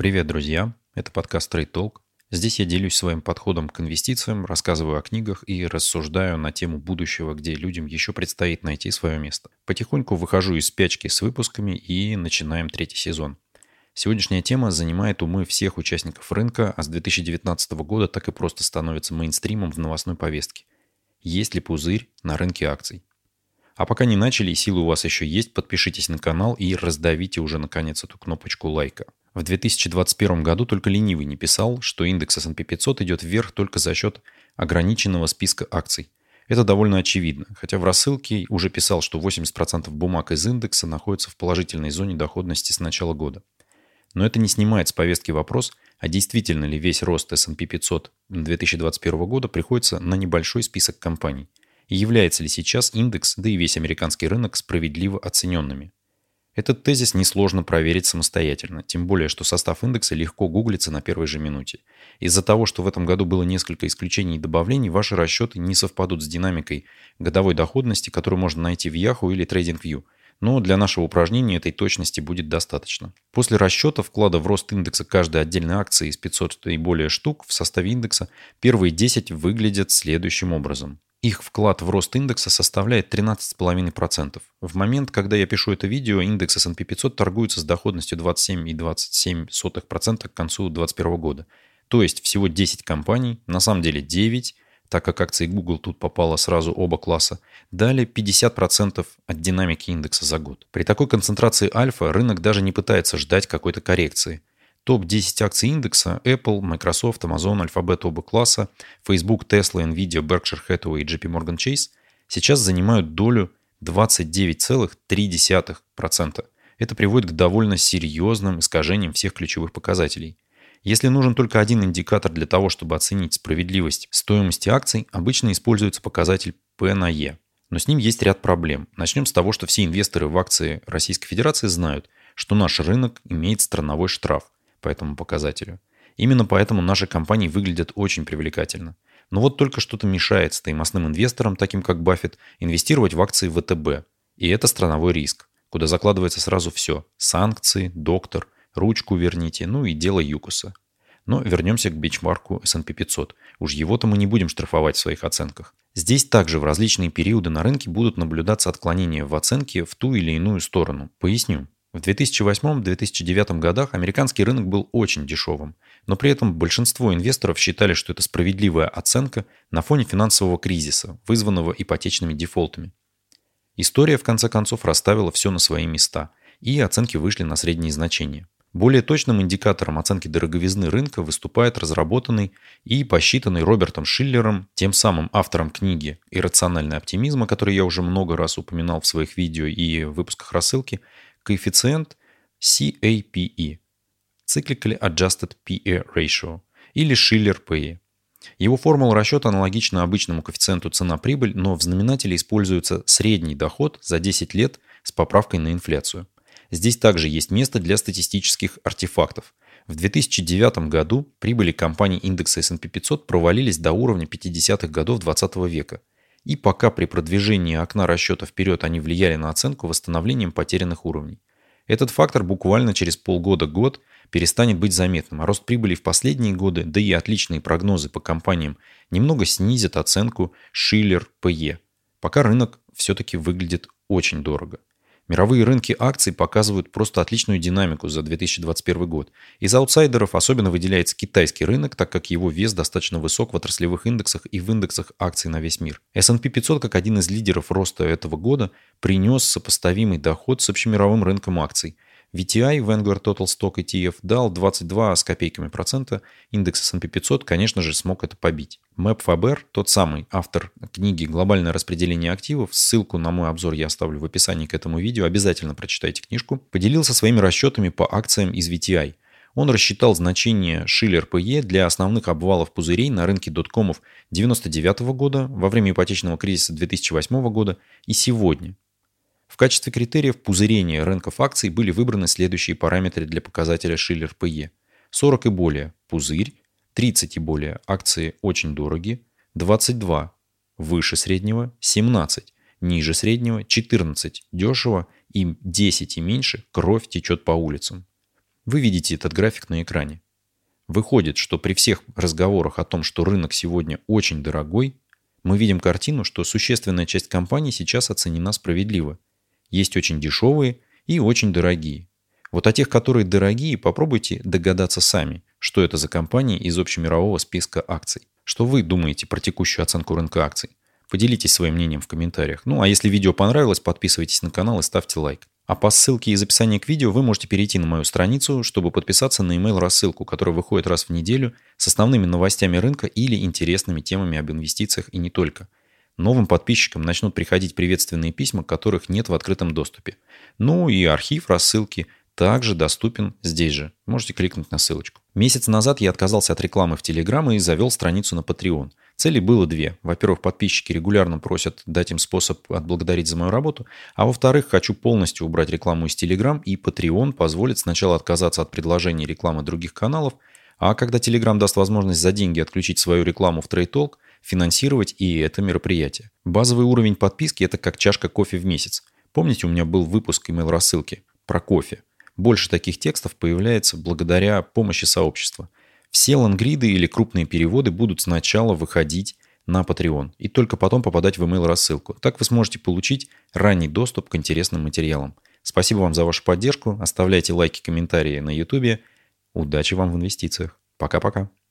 Привет, друзья! Это подкаст Trade Talk. Здесь я делюсь своим подходом к инвестициям, рассказываю о книгах и рассуждаю на тему будущего, где людям еще предстоит найти свое место. Потихоньку выхожу из спячки с выпусками и начинаем третий сезон. Сегодняшняя тема занимает умы всех участников рынка, а с 2019 года так и просто становится мейнстримом в новостной повестке. Есть ли пузырь на рынке акций? А пока не начали и силы у вас еще есть, подпишитесь на канал и раздавите уже наконец эту кнопочку лайка. В 2021 году только ленивый не писал, что индекс S&P 500 идет вверх только за счет ограниченного списка акций. Это довольно очевидно, хотя в рассылке уже писал, что 80% бумаг из индекса находятся в положительной зоне доходности с начала года. Но это не снимает с повестки вопрос, а действительно ли весь рост S&P 500 2021 года приходится на небольшой список компаний. И является ли сейчас индекс, да и весь американский рынок справедливо оцененными? Этот тезис несложно проверить самостоятельно, тем более, что состав индекса легко гуглится на первой же минуте. Из-за того, что в этом году было несколько исключений и добавлений, ваши расчеты не совпадут с динамикой годовой доходности, которую можно найти в Yahoo или TradingView. Но для нашего упражнения этой точности будет достаточно. После расчета вклада в рост индекса каждой отдельной акции из 500 и более штук в составе индекса, первые 10 выглядят следующим образом. Их вклад в рост индекса составляет 13,5%. В момент, когда я пишу это видео, индекс S&P 500 торгуется с доходностью 27,27% к концу 2021 года. То есть всего 10 компаний, на самом деле 9, так как акции Google тут попало сразу оба класса, дали 50% от динамики индекса за год. При такой концентрации альфа рынок даже не пытается ждать какой-то коррекции. Топ-10 акций индекса – Apple, Microsoft, Amazon, Alphabet оба класса, Facebook, Tesla, Nvidia, Berkshire Hathaway и JP Morgan Chase – сейчас занимают долю 29,3%. Это приводит к довольно серьезным искажениям всех ключевых показателей. Если нужен только один индикатор для того, чтобы оценить справедливость стоимости акций, обычно используется показатель P на E. Но с ним есть ряд проблем. Начнем с того, что все инвесторы в акции Российской Федерации знают, что наш рынок имеет страновой штраф по этому показателю. Именно поэтому наши компании выглядят очень привлекательно. Но вот только что-то мешает стоимостным инвесторам, таким как Баффет, инвестировать в акции ВТБ. И это страновой риск, куда закладывается сразу все – санкции, доктор, ручку верните, ну и дело ЮКОСа. Но вернемся к бенчмарку S&P 500. Уж его-то мы не будем штрафовать в своих оценках. Здесь также в различные периоды на рынке будут наблюдаться отклонения в оценке в ту или иную сторону. Поясню. В 2008-2009 годах американский рынок был очень дешевым, но при этом большинство инвесторов считали, что это справедливая оценка на фоне финансового кризиса, вызванного ипотечными дефолтами. История, в конце концов, расставила все на свои места, и оценки вышли на средние значения. Более точным индикатором оценки дороговизны рынка выступает разработанный и посчитанный Робертом Шиллером, тем самым автором книги «Иррациональный оптимизм», о которой я уже много раз упоминал в своих видео и выпусках рассылки, коэффициент CAPE – Cyclically Adjusted PE Ratio, или Шиллер PE. Его формула расчета аналогична обычному коэффициенту цена-прибыль, но в знаменателе используется средний доход за 10 лет с поправкой на инфляцию. Здесь также есть место для статистических артефактов. В 2009 году прибыли компаний индекса S&P 500 провалились до уровня 50-х годов 20 века. И пока при продвижении окна расчета вперед они влияли на оценку восстановлением потерянных уровней. Этот фактор буквально через полгода-год перестанет быть заметным, а рост прибыли в последние годы, да и отличные прогнозы по компаниям немного снизят оценку Шиллер PE. Пока рынок все-таки выглядит очень дорого. Мировые рынки акций показывают просто отличную динамику за 2021 год. Из аутсайдеров особенно выделяется китайский рынок, так как его вес достаточно высок в отраслевых индексах и в индексах акций на весь мир. S&P 500, как один из лидеров роста этого года, принес сопоставимый доход с общемировым рынком акций. VTI, Vanguard Total Stock ETF, дал 22 с копейками процента, индекс S&P 500, конечно же, смог это побить. Мэп Фабер, тот самый автор книги «Глобальное распределение активов», ссылку на мой обзор я оставлю в описании к этому видео, обязательно прочитайте книжку, поделился своими расчетами по акциям из VTI. Он рассчитал значение Шиллер PE для основных обвалов пузырей на рынке доткомов 1999 года, во время ипотечного кризиса 2008 года и сегодня. В качестве критериев пузырения рынков акций были выбраны следующие параметры для показателя Шиллер PE. 40 и более – пузырь, 30 и более – акции очень дорогие, 22 – выше среднего, 17 – ниже среднего, 14 – дешево и 10 и меньше – кровь течет по улицам. Вы видите этот график на экране. Выходит, что при всех разговорах о том, что рынок сегодня очень дорогой, мы видим картину, что существенная часть компаний сейчас оценена справедливо. Есть очень дешевые и очень дорогие. Вот о тех, которые дорогие, попробуйте догадаться сами, что это за компании из общемирового списка акций. Что вы думаете про текущую оценку рынка акций? Поделитесь своим мнением в комментариях. Ну а если видео понравилось, подписывайтесь на канал и ставьте лайк. А по ссылке из описания к видео вы можете перейти на мою страницу, чтобы подписаться на email-рассылку, которая выходит раз в неделю с основными новостями рынка или интересными темами об инвестициях и не только. Новым подписчикам начнут приходить приветственные письма, которых нет в открытом доступе. Ну и архив рассылки также доступен здесь же. Можете кликнуть на ссылочку. Месяц назад я отказался от рекламы в Telegram и завел страницу на Patreon. Целей было две. Во-первых, подписчики регулярно просят дать им способ отблагодарить за мою работу. А во-вторых, хочу полностью убрать рекламу из Telegram, и Patreon позволит сначала отказаться от предложений рекламы других каналов, а когда Telegram даст возможность за деньги отключить свою рекламу в Trade Talk, финансировать и это мероприятие. Базовый уровень подписки – это как чашка кофе в месяц. Помните, у меня был выпуск email-рассылки про кофе? Больше таких текстов появляется благодаря помощи сообщества. Все лонгриды или крупные переводы будут сначала выходить на Patreon и только потом попадать в email-рассылку. Так вы сможете получить ранний доступ к интересным материалам. Спасибо вам за вашу поддержку. Оставляйте лайки, комментарии на YouTube. Удачи вам в инвестициях. Пока-пока.